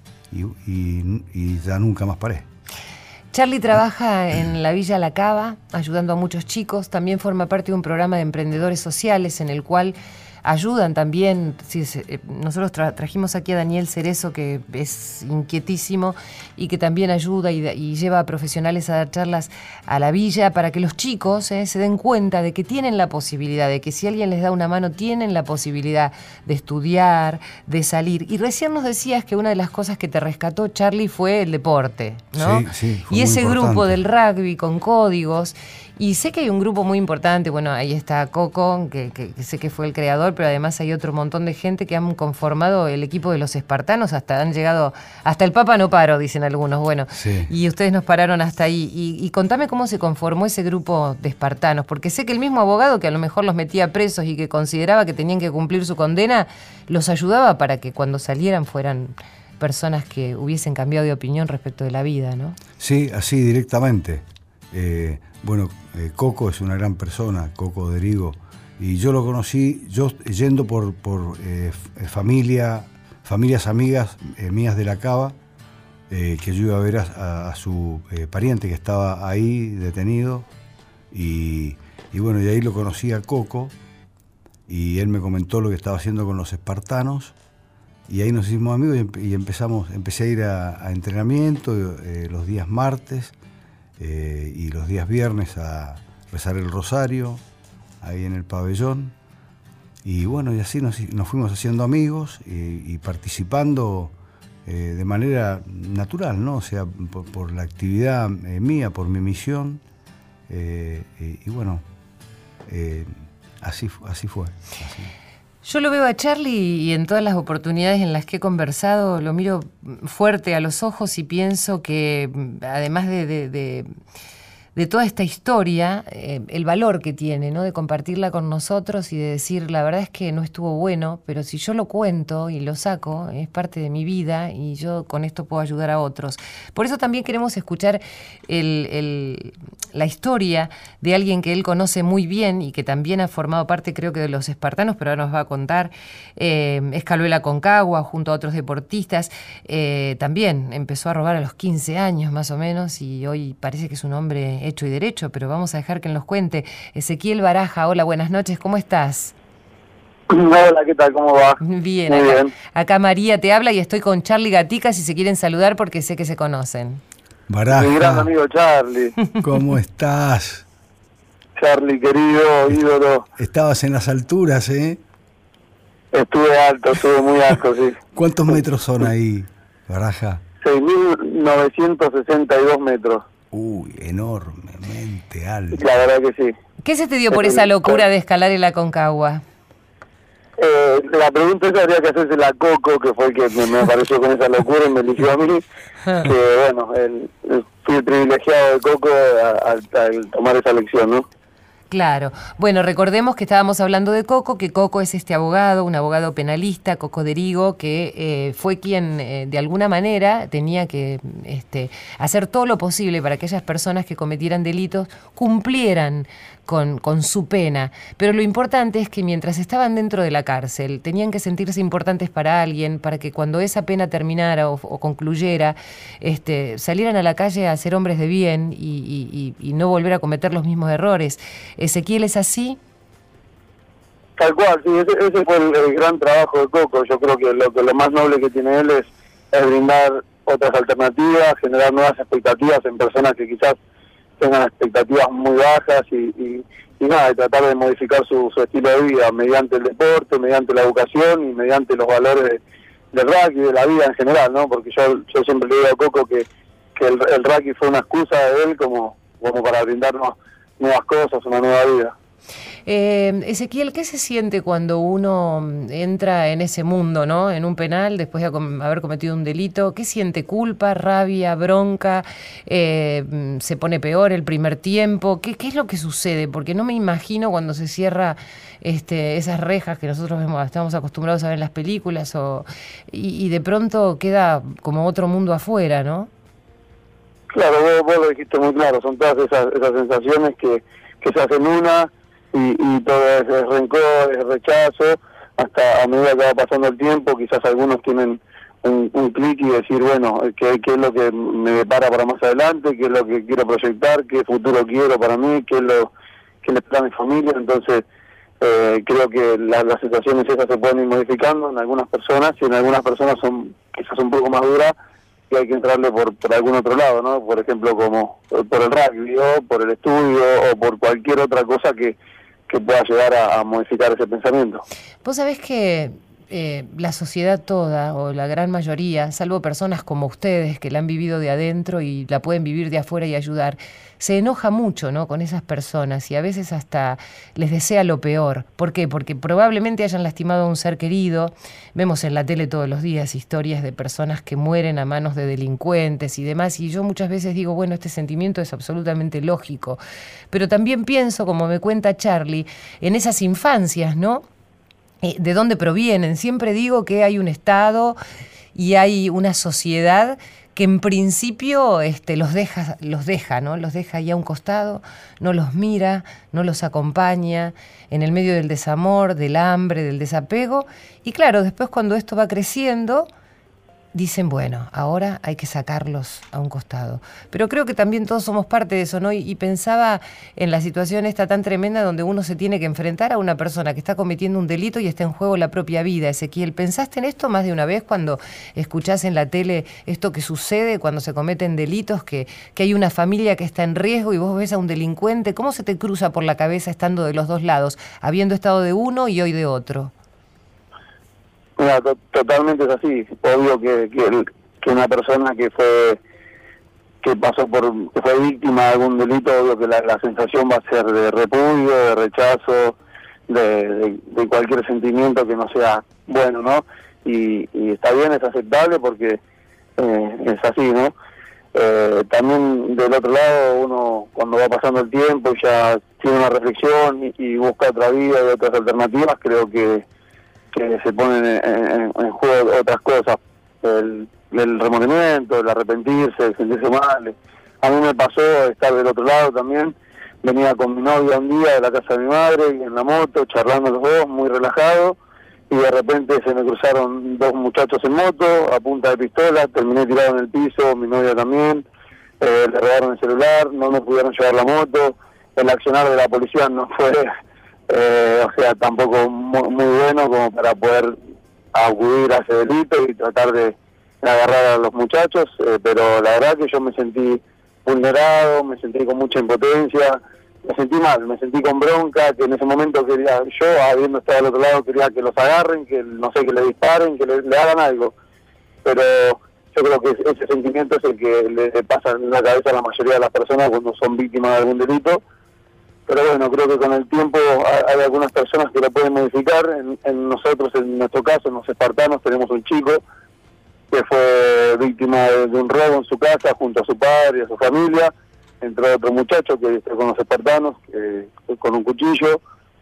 Y ya nunca más paré. Charly trabaja en la Villa La Cava, ayudando a muchos chicos. También forma parte de un programa de emprendedores sociales en el cual ayudan también. Nosotros trajimos aquí a Daniel Cerezo, que es inquietísimo y que también ayuda y lleva a profesionales a dar charlas a la villa para que los chicos se den cuenta de que tienen la posibilidad, de que si alguien les da una mano, tienen la posibilidad de estudiar, de salir. Y recién nos decías que una de las cosas que te rescató, Charly, fue el deporte, ¿no? Sí, y ese grupo del rugby con códigos. Y sé que hay un grupo muy importante, bueno, ahí está Coco, que sé que fue el creador, pero además hay otro montón de gente que han conformado el equipo de los espartanos, han llegado, hasta el Papa no paró, dicen algunos, bueno, sí. Y ustedes nos pararon hasta ahí. Y contame cómo se conformó ese grupo de espartanos, porque sé que el mismo abogado que a lo mejor los metía presos y que consideraba que tenían que cumplir su condena, los ayudaba para que cuando salieran fueran personas que hubiesen cambiado de opinión respecto de la vida, ¿no? Sí, así directamente. Coco es una gran persona, Coco Derigo, y yo lo conocí yendo por familias amigas mías de La Cava, que yo iba a ver a su pariente que estaba ahí detenido, y ahí lo conocí a Coco, y él me comentó lo que estaba haciendo con los espartanos, y ahí nos hicimos amigos y empecé a ir a entrenamiento los días martes, y los días viernes a rezar el rosario ahí en el pabellón, y así nos fuimos haciendo amigos y participando de manera natural, ¿no? O sea, por la actividad mía, por mi misión, Y bueno, así fue. Así. Yo lo veo a Charly y en todas las oportunidades en las que he conversado, lo miro fuerte a los ojos y pienso que además de toda esta historia, el valor que tiene, ¿no? De compartirla con nosotros y de decir, la verdad es que no estuvo bueno, pero si yo lo cuento y lo saco, es parte de mi vida y yo con esto puedo ayudar a otros. Por eso también queremos escuchar la historia de alguien que él conoce muy bien y que también ha formado parte, creo que de los espartanos, pero ahora nos va a contar. Escaló el Aconcagua junto a otros deportistas. También empezó a robar a los 15 años más o menos y hoy parece que es un hombre hecho y derecho, pero vamos a dejar que nos cuente. Ezequiel Baraja, hola, buenas noches, ¿cómo estás? Hola, ¿qué tal? ¿Cómo va? Bien, acá María te habla y estoy con Charly Gatica, si se quieren saludar porque sé que se conocen. Baraja. Mi gran amigo Charly. ¿Cómo estás? Charly, querido, ídolo. Estabas en las alturas, ¿eh? Estuve muy alto, sí. ¿Cuántos metros son ahí, Baraja? 6.962 metros. Uy, enormemente alto. La verdad que sí. ¿Qué se te dio por esa locura de escalar el Aconcagua? La pregunta esa habría que hacerse la Coco, que fue el que me apareció con esa locura y me eligió a mí. Que bueno, fui privilegiado de Coco al tomar esa elección, ¿no? Claro. Bueno, recordemos que estábamos hablando de Coco, que Coco es este abogado, un abogado penalista, Coco Derigo, que fue quien de alguna manera tenía que hacer todo lo posible para que aquellas personas que cometieran delitos cumplieran con su pena. Pero lo importante es que mientras estaban dentro de la cárcel tenían que sentirse importantes para alguien, para que cuando esa pena terminara o concluyera, salieran a la calle a ser hombres de bien y no volver a cometer los mismos errores. Ezequiel, ¿es así? Tal cual, sí, ese fue el gran trabajo de Coco. Yo creo que lo más noble que tiene él es brindar otras alternativas, generar nuevas expectativas en personas que quizás tengan expectativas muy bajas y nada, y tratar de modificar su estilo de vida mediante el deporte, mediante la educación y mediante los valores del rugby, de la vida en general, ¿no? Porque yo siempre le digo a Coco que el rugby fue una excusa de él como para brindarnos nuevas cosas, una nueva vida. Ezequiel, ¿qué se siente cuando uno entra en ese mundo, ¿no? En un penal, después de haber cometido un delito? ¿Qué siente? ¿Culpa, rabia, bronca? ¿Se pone peor el primer tiempo? ¿Qué es lo que sucede? Porque no me imagino cuando se cierra esas rejas que nosotros estamos acostumbrados a ver en las películas y de pronto queda como otro mundo afuera, ¿no? Claro, vos lo dijiste muy claro, son todas esas sensaciones que se hacen una y todo es rencor, es rechazo, hasta a medida que va pasando el tiempo, quizás algunos tienen un clic y decir, bueno, ¿qué es lo que me depara para más adelante? ¿Qué es lo que quiero proyectar? ¿Qué futuro quiero para mí? ¿Qué le espera a mi familia? Entonces, creo que las situaciones esas se pueden ir modificando en algunas personas y en algunas personas son quizás un poco más duras y hay que entrarle por algún otro lado, ¿no? Por ejemplo, como por el rugby o por el estudio o por cualquier otra cosa que pueda llegar a modificar ese pensamiento. Vos sabés que la sociedad toda, o la gran mayoría, salvo personas como ustedes que la han vivido de adentro y la pueden vivir de afuera y ayudar, se enoja mucho, ¿no?, con esas personas y a veces hasta les desea lo peor. ¿Por qué? Porque probablemente hayan lastimado a un ser querido. Vemos en la tele todos los días historias de personas que mueren a manos de delincuentes y demás, y yo muchas veces digo, bueno, este sentimiento es absolutamente lógico, pero también pienso, como me cuenta Charly, en esas infancias, ¿no?, de dónde provienen. Siempre digo que hay un Estado y hay una sociedad que en principio los deja, ¿no? Los deja ahí a un costado, no los mira, no los acompaña en el medio del desamor, del hambre, del desapego. Y claro, después cuando esto va creciendo, dicen, bueno, ahora hay que sacarlos a un costado. Pero creo que también todos somos parte de eso, ¿no? Y pensaba en la situación esta tan tremenda donde uno se tiene que enfrentar a una persona que está cometiendo un delito y está en juego la propia vida. Ezequiel, ¿pensaste en esto más de una vez cuando escuchás en la tele esto que sucede cuando se cometen delitos, que hay una familia que está en riesgo y vos ves a un delincuente? ¿Cómo se te cruza por la cabeza estando de los dos lados, habiendo estado de uno y hoy de otro? Mira, totalmente es así. Obvio que una persona que que fue víctima de algún delito, obvio que la sensación va a ser de repudio, de rechazo, de cualquier sentimiento que no sea bueno, ¿no? Y está bien, es aceptable porque es así, ¿no? También del otro lado, uno cuando va pasando el tiempo y ya tiene una reflexión y busca otra vida y otras alternativas, creo que se ponen en juego otras cosas, el remordimiento, el arrepentirse, el sentirse mal. A mí me pasó estar del otro lado también, venía con mi novia un día de la casa de mi madre, en la moto, charlando los dos, muy relajado, y de repente se me cruzaron dos muchachos en moto, a punta de pistola, terminé tirado en el piso, mi novia también, le robaron el celular, no me pudieron llevar la moto, el accionar de la policía no fue, tampoco muy bueno como para poder acudir a ese delito y tratar de agarrar a los muchachos, pero la verdad que yo me sentí vulnerado, me sentí con mucha impotencia, me sentí mal, me sentí con bronca, que en ese momento quería, yo habiendo estado al otro lado, quería que los agarren, que no sé, que le disparen, que le hagan algo, pero yo creo que ese sentimiento es el que le pasa en la cabeza a la mayoría de las personas cuando son víctimas de algún delito. Pero bueno, creo que con el tiempo hay algunas personas que lo pueden modificar. En nosotros, en nuestro caso, en los espartanos, tenemos un chico que fue víctima de un robo en su casa junto a su padre y a su familia. Entró otro muchacho que está con los espartanos, con un cuchillo.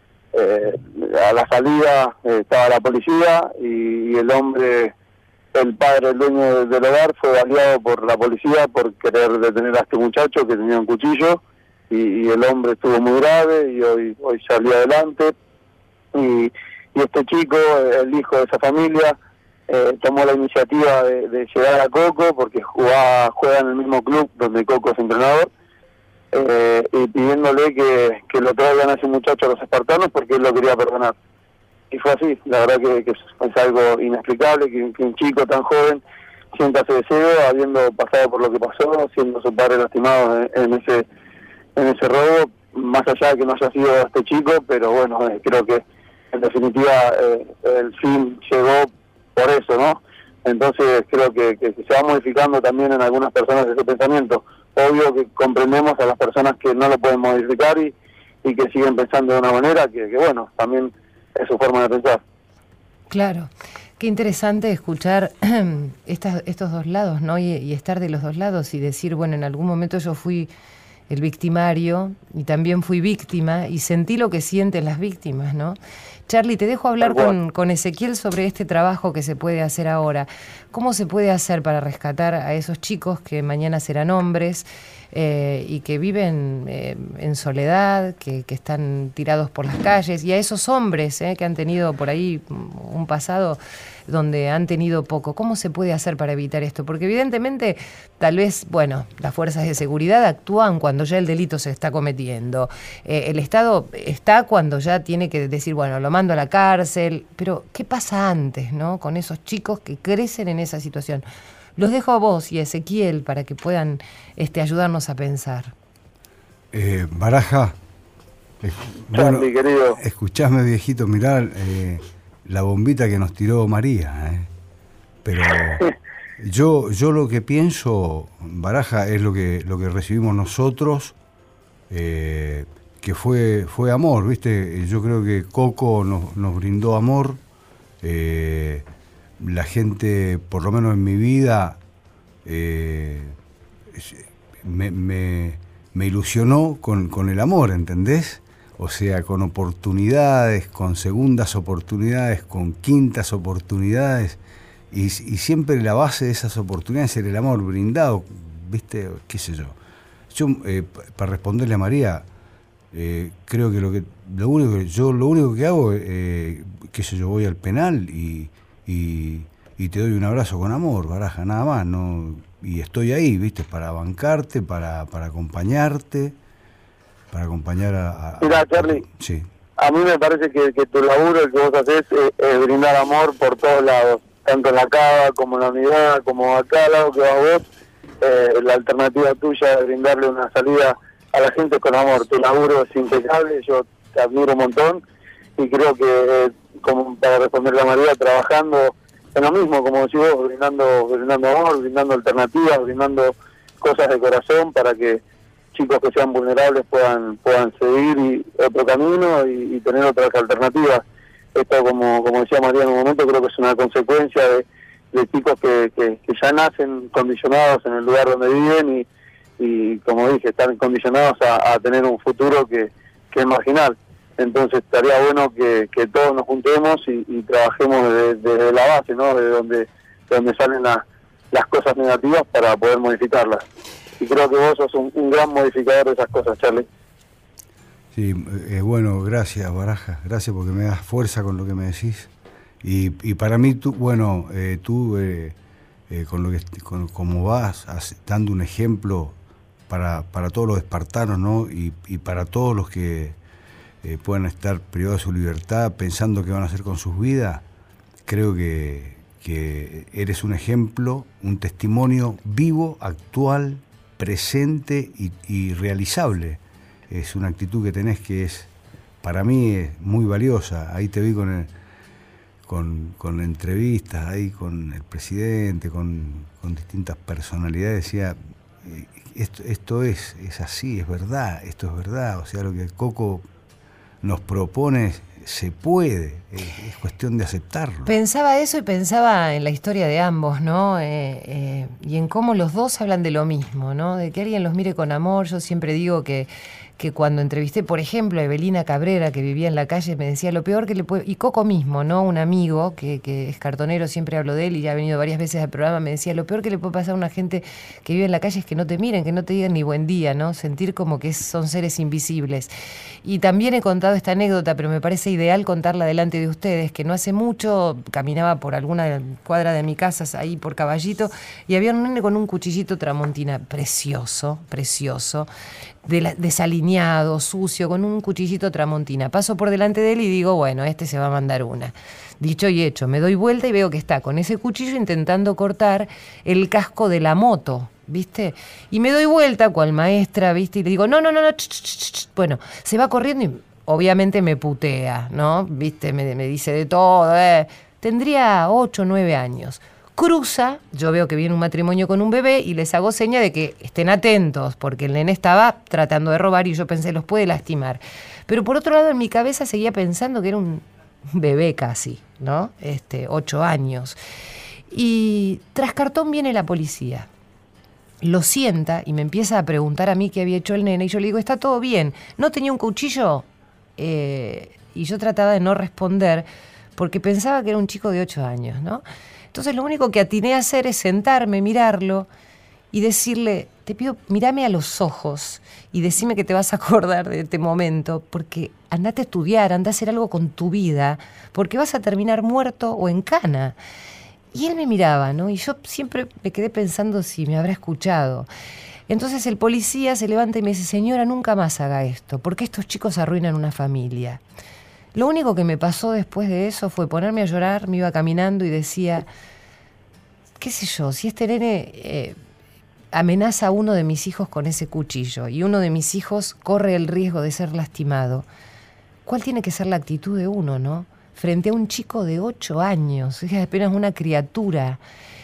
A la salida estaba la policía y el hombre, el padre, el dueño del hogar, fue baleado por la policía por querer detener a este muchacho que tenía un cuchillo. Y el hombre estuvo muy grave y hoy salió adelante. Y este chico, el hijo de esa familia, tomó la iniciativa de llegar a Coco porque juega en el mismo club donde Coco es entrenador, y pidiéndole que lo traigan a ese muchacho a los espartanos porque él lo quería perdonar. Y fue así. La verdad que es algo inexplicable que un chico tan joven sienta ese deseo, habiendo pasado por lo que pasó, siendo su padre lastimado en ese robo, más allá de que no haya sido este chico, pero bueno, creo que en definitiva el fin llegó por eso, ¿no? Entonces creo que se va modificando también en algunas personas ese pensamiento. Obvio que comprendemos a las personas que no lo pueden modificar y que siguen pensando de una manera que bueno, también es su forma de pensar. Claro. Qué interesante escuchar estos dos lados, ¿no? Y estar de los dos lados y decir, bueno, en algún momento yo fui el victimario y también fui víctima y sentí lo que sienten las víctimas, ¿no? Charly, te dejo hablar con Ezequiel sobre este trabajo que se puede hacer ahora. ¿Cómo se puede hacer para rescatar a esos chicos que mañana serán hombres y que viven en soledad, que están tirados por las calles, y a esos hombres que han tenido por ahí un pasado donde han tenido poco? ¿Cómo se puede hacer para evitar esto? Porque evidentemente, tal vez, bueno, las fuerzas de seguridad actúan cuando ya el delito se está cometiendo. El Estado está cuando ya tiene que decir, bueno, lo mando a la cárcel. Pero, ¿qué pasa antes, no? Con esos chicos que crecen en esa situación. Los dejo a vos y a Ezequiel para que puedan ayudarnos a pensar. Baraja, bueno, mi querido. Escuchame, viejito, mirá la bombita que nos tiró María, pero yo lo que pienso, Baraja, es lo que recibimos nosotros, que fue amor, ¿viste? Yo creo que Coco nos brindó amor. La gente, por lo menos en mi vida, me ilusionó con el amor, ¿entendés? O sea, con oportunidades, con segundas oportunidades, con quintas oportunidades, y siempre la base de esas oportunidades era el amor brindado, ¿viste? ¿Qué sé yo? Yo, para responderle a María, creo que lo único que hago, qué sé yo, voy al penal y te doy un abrazo con amor, Baraja, nada más, ¿no? Y estoy ahí, ¿viste? Para bancarte, para acompañarte, para acompañar a... Mira, Charly, sí. A mí me parece que tu laburo, el que vos haces, es brindar amor por todos lados, tanto en la cava, como en la unidad, como acá al lado que vas vos. La alternativa tuya es brindarle una salida a la gente con amor. Tu laburo es impecable, yo te admiro un montón, y creo que, como para responderle a María, trabajando en lo mismo, como decís vos, brindando amor, brindando alternativas, brindando cosas de corazón para que chicos que sean vulnerables puedan seguir otro camino y tener otras alternativas. Esto, como decía María en un momento, creo que es una consecuencia de chicos que ya nacen condicionados en el lugar donde viven y como dije, están condicionados a tener un futuro que es marginal. Entonces estaría bueno que todos nos juntemos y trabajemos desde la base, ¿no? De donde salen las cosas negativas para poder modificarlas. Y creo que vos sos un gran modificador de esas cosas, Charlie. Sí, bueno, gracias Baraja, gracias porque me das fuerza con lo que me decís. Y para mí, tú como vas dando un ejemplo para todos los espartanos, ¿no? Y para todos los que puedan estar privados de su libertad pensando qué van a hacer con sus vidas, creo que eres un ejemplo, un testimonio vivo, actual, presente y realizable. Es una actitud que tenés que es, para mí, es muy valiosa. Ahí te vi con entrevistas, ahí con el presidente, con distintas personalidades. Decía, esto es así, es verdad, esto es verdad. O sea, lo que el Coco nos propone se puede, es cuestión de aceptarlo. Pensaba eso y pensaba en la historia de ambos, ¿no? Y en cómo los dos hablan de lo mismo, ¿no? De que alguien los mire con amor. Yo siempre digo que cuando entrevisté, por ejemplo, a Evelina Cabrera, que vivía en la calle, me decía lo peor que le puede... Y Coco mismo, ¿no? Un amigo que es cartonero, siempre hablo de él y ya ha venido varias veces al programa, me decía lo peor que le puede pasar a una gente que vive en la calle es que no te miren, que no te digan ni buen día, ¿no? Sentir como que son seres invisibles. Y también he contado esta anécdota, pero me parece ideal contarla delante de ustedes, que no hace mucho caminaba por alguna cuadra de mi casa, ahí por Caballito, y había un nene con un cuchillito tramontina, precioso, desalineado, sucio, con un cuchillito tramontina. Paso por delante de él y digo, bueno, este se va a mandar una. Dicho y hecho, me doy vuelta y veo que está con ese cuchillo intentando cortar el casco de la moto, ¿viste? Y me doy vuelta cual maestra, ¿viste? Y le digo, no, bueno, se va corriendo y obviamente me putea, ¿no? ¿Viste? Me dice de todo, Tendría 8 o 9 años. Cruza, yo veo que viene un matrimonio con un bebé y les hago seña de que estén atentos, porque el nene estaba tratando de robar y yo pensé, los puede lastimar. Pero por otro lado, en mi cabeza seguía pensando que era un bebé casi, ¿no? 8 años. Y tras cartón viene la policía. Lo sienta y me empieza a preguntar a mí qué había hecho el nene y yo le digo, está todo bien, ¿no tenía un cuchillo? Y yo trataba de no responder porque pensaba que era un chico de 8 años, ¿no? Entonces lo único que atiné a hacer es sentarme, mirarlo y decirle, te pido, mírame a los ojos y decime que te vas a acordar de este momento, porque andate a estudiar, anda a hacer algo con tu vida, porque vas a terminar muerto o en cana. Y él me miraba, ¿no? Y yo siempre me quedé pensando si me habrá escuchado. Entonces el policía se levanta y me dice, señora, nunca más haga esto, porque estos chicos arruinan una familia. Lo único que me pasó después de eso fue ponerme a llorar, me iba caminando y decía, qué sé yo, si este nene amenaza a uno de mis hijos con ese cuchillo y uno de mis hijos corre el riesgo de ser lastimado, ¿cuál tiene que ser la actitud de uno, no? Frente a un chico de 8 años, es apenas una criatura.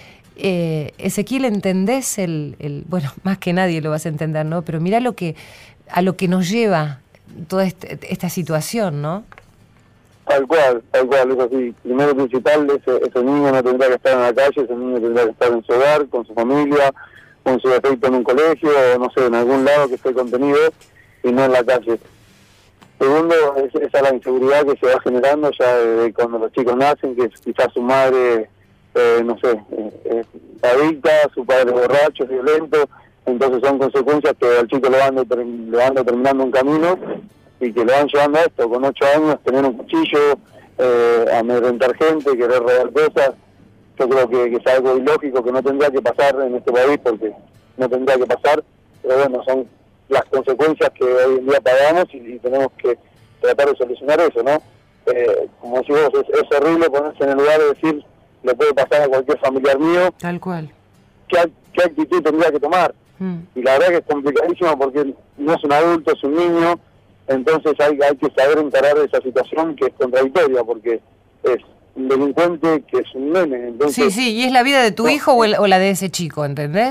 Ezequiel, ¿entendés bueno, más que nadie lo vas a entender, ¿no? Pero mirá a lo que nos lleva toda esta situación, ¿no? Tal cual, es así. Primero y principal, ese niño no tendrá que estar en la calle, ese niño tendrá que estar en su hogar, con su familia, con su defecto en un colegio, o no sé, en algún lado que esté contenido, y no en la calle. Segundo, esa es la inseguridad que se va generando ya de cuando los chicos nacen, que quizás su madre, no sé, adicta, su padre borracho, violento, entonces son consecuencias que al chico le van determinando un camino y que le van llevando a esto, con 8 años, tener un cuchillo, amedrentar gente, querer robar cosas. Yo creo que es algo ilógico que no tendría que pasar en este país, porque no tendría que pasar, pero bueno, son las consecuencias que hoy en día pagamos y tenemos que tratar de solucionar eso, ¿no? Como decís vos, es horrible ponerse en el lugar de decir, le puede pasar a cualquier familiar mío. Tal cual. ¿Qué actitud tendría que tomar? Y la verdad que es complicadísimo porque no es un adulto, es un niño. Entonces hay que saber encarar esa situación que es contradictoria, porque es un delincuente que es un nene. Entonces, sí, ¿y es la vida de tu hijo o la de ese chico, entendés?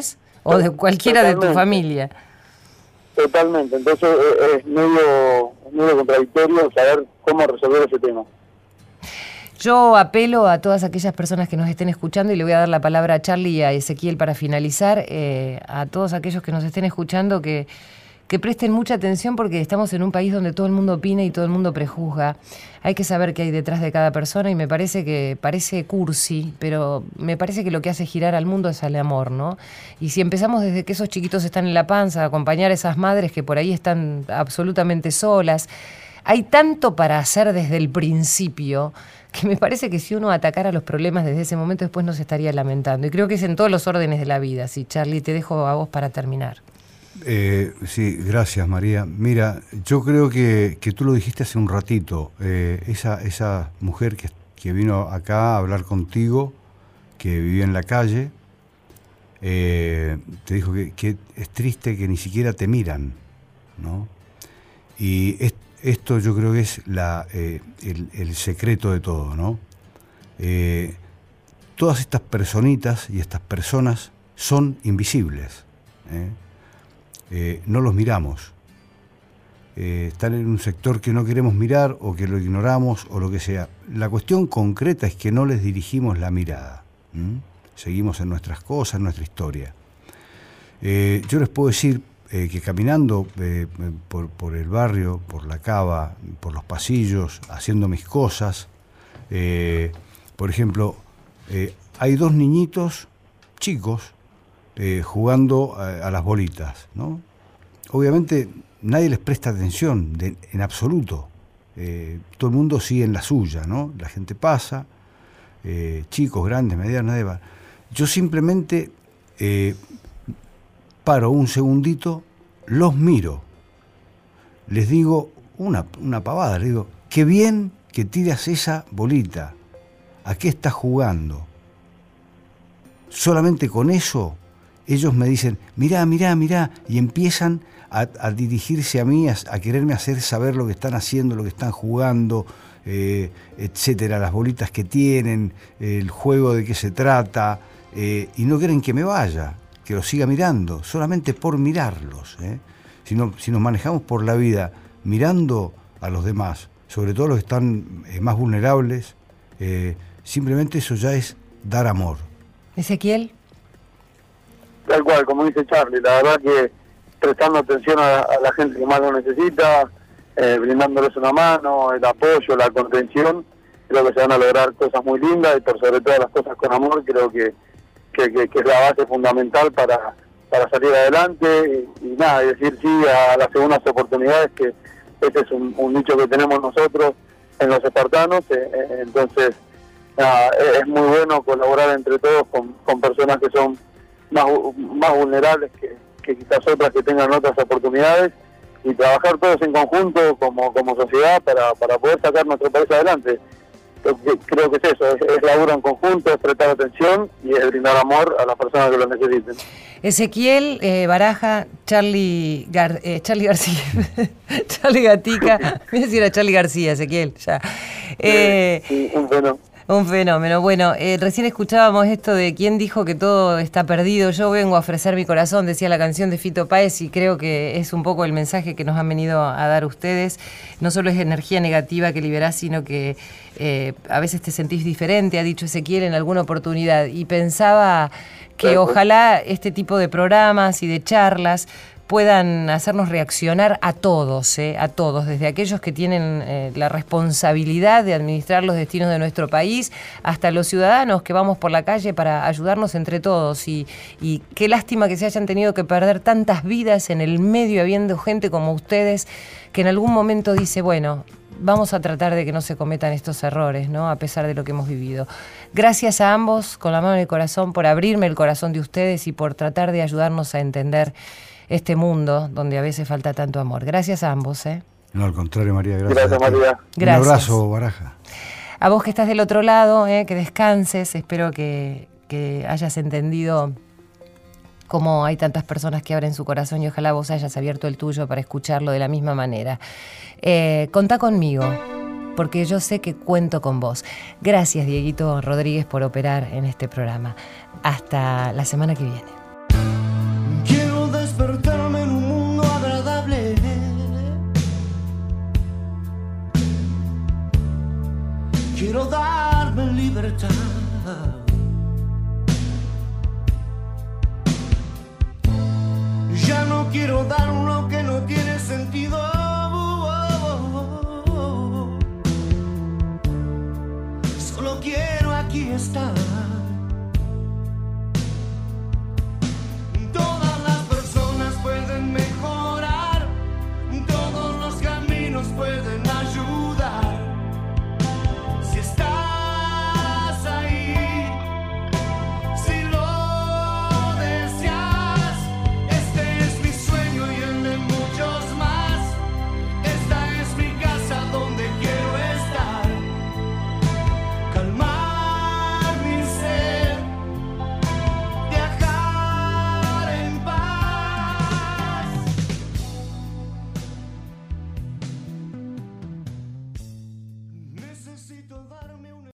o de cualquiera de tu familia. Totalmente, entonces es medio contradictorio saber cómo resolver ese tema. Yo apelo a todas aquellas personas que nos estén escuchando, y le voy a dar la palabra a Charly y a Ezequiel para finalizar, a todos aquellos que nos estén escuchando que presten mucha atención, porque estamos en un país donde todo el mundo opina y todo el mundo prejuzga. Hay que saber qué hay detrás de cada persona, y me parece que parece cursi, pero me parece que lo que hace girar al mundo es el amor, ¿no? Y si empezamos desde que esos chiquitos están en la panza, a acompañar a esas madres que por ahí están absolutamente solas, hay tanto para hacer desde el principio, que me parece que si uno atacara los problemas desde ese momento, después no se estaría lamentando. Y creo que es en todos los órdenes de la vida. Sí, Charly, te dejo a vos para terminar. Sí, gracias, María. Mira, yo creo que tú lo dijiste hace un ratito. Esa mujer que vino acá a hablar contigo, que vivía en la calle, te dijo que es triste que ni siquiera te miran, ¿no? Y esto yo creo que es el secreto de todo, ¿no? Todas estas personitas y estas personas son invisibles, no los miramos. Están en un sector que no queremos mirar, o que lo ignoramos, o lo que sea. La cuestión concreta es que no les dirigimos la mirada. Seguimos en nuestras cosas, en nuestra historia. Yo les puedo decir que caminando por el barrio, por la cava, por los pasillos, haciendo mis cosas, por ejemplo, hay dos niñitos chicos jugando a las bolitas, ¿no? Obviamente nadie les presta atención en absoluto. Todo el mundo sigue en la suya, ¿no? La gente pasa, chicos, grandes, medianos, nadie va. Yo simplemente paro un segundito, los miro, les digo una pavada, les digo, qué bien que tiras esa bolita, ¿a qué estás jugando? Solamente con eso ellos me dicen, mirá, y empiezan a dirigirse a mí, a quererme hacer saber lo que están haciendo, lo que están jugando, etcétera, las bolitas que tienen, el juego de qué se trata, y no quieren que me vaya, que los siga mirando, solamente por mirarlos. Si nos manejamos por la vida mirando a los demás, sobre todo los que están más vulnerables, simplemente eso ya es dar amor. Ezequiel. Tal cual, como dice Charly, la verdad que prestando atención a la gente que más lo necesita, brindándoles una mano, el apoyo, la contención, creo que se van a lograr cosas muy lindas, y por sobre todas las cosas con amor. Creo que es la base fundamental para salir adelante, y nada, y decir sí a las segundas oportunidades, que este es un nicho que tenemos nosotros en los espartanos. Entonces nada, es muy bueno colaborar entre todos con personas que son más vulnerables que quizás otras que tengan otras oportunidades, y trabajar todos en conjunto como sociedad para poder sacar nuestro país adelante. Creo que es eso, es laburo en conjunto, es prestar atención y es brindar amor a las personas que lo necesiten. Ezequiel Baraja, Charly García, Charly Gatica, voy a decir a Charly García, Ezequiel, ya. Sí, bueno. Un fenómeno. Bueno, recién escuchábamos esto de quién dijo que todo está perdido. Yo vengo a ofrecer mi corazón, decía la canción de Fito Páez, y creo que es un poco el mensaje que nos han venido a dar ustedes. No solo es energía negativa que liberás, sino que a veces te sentís diferente, ha dicho Ezequiel en alguna oportunidad. Y pensaba que ojalá este tipo de programas y de charlas puedan hacernos reaccionar a todos, desde aquellos que tienen la responsabilidad de administrar los destinos de nuestro país, hasta los ciudadanos que vamos por la calle para ayudarnos entre todos. Y qué lástima que se hayan tenido que perder tantas vidas en el medio, habiendo gente como ustedes que en algún momento dice, bueno, vamos a tratar de que no se cometan estos errores, ¿no? A pesar de lo que hemos vivido. Gracias a ambos, con la mano en el corazón, por abrirme el corazón de ustedes y por tratar de ayudarnos a entender este mundo donde a veces falta tanto amor. Gracias a ambos. No, al contrario, María, gracias. Gracias, María. Gracias. Un abrazo, Baraja. A vos que estás del otro lado, que descanses. Espero que hayas entendido cómo hay tantas personas que abren su corazón, y ojalá vos hayas abierto el tuyo para escucharlo de la misma manera. Contá conmigo, porque yo sé que cuento con vos. Gracias, Dieguito Rodríguez, por operar en este programa. Hasta la semana que viene. quiero darme libertad. Ya no quiero dar lo que no tiene sentido.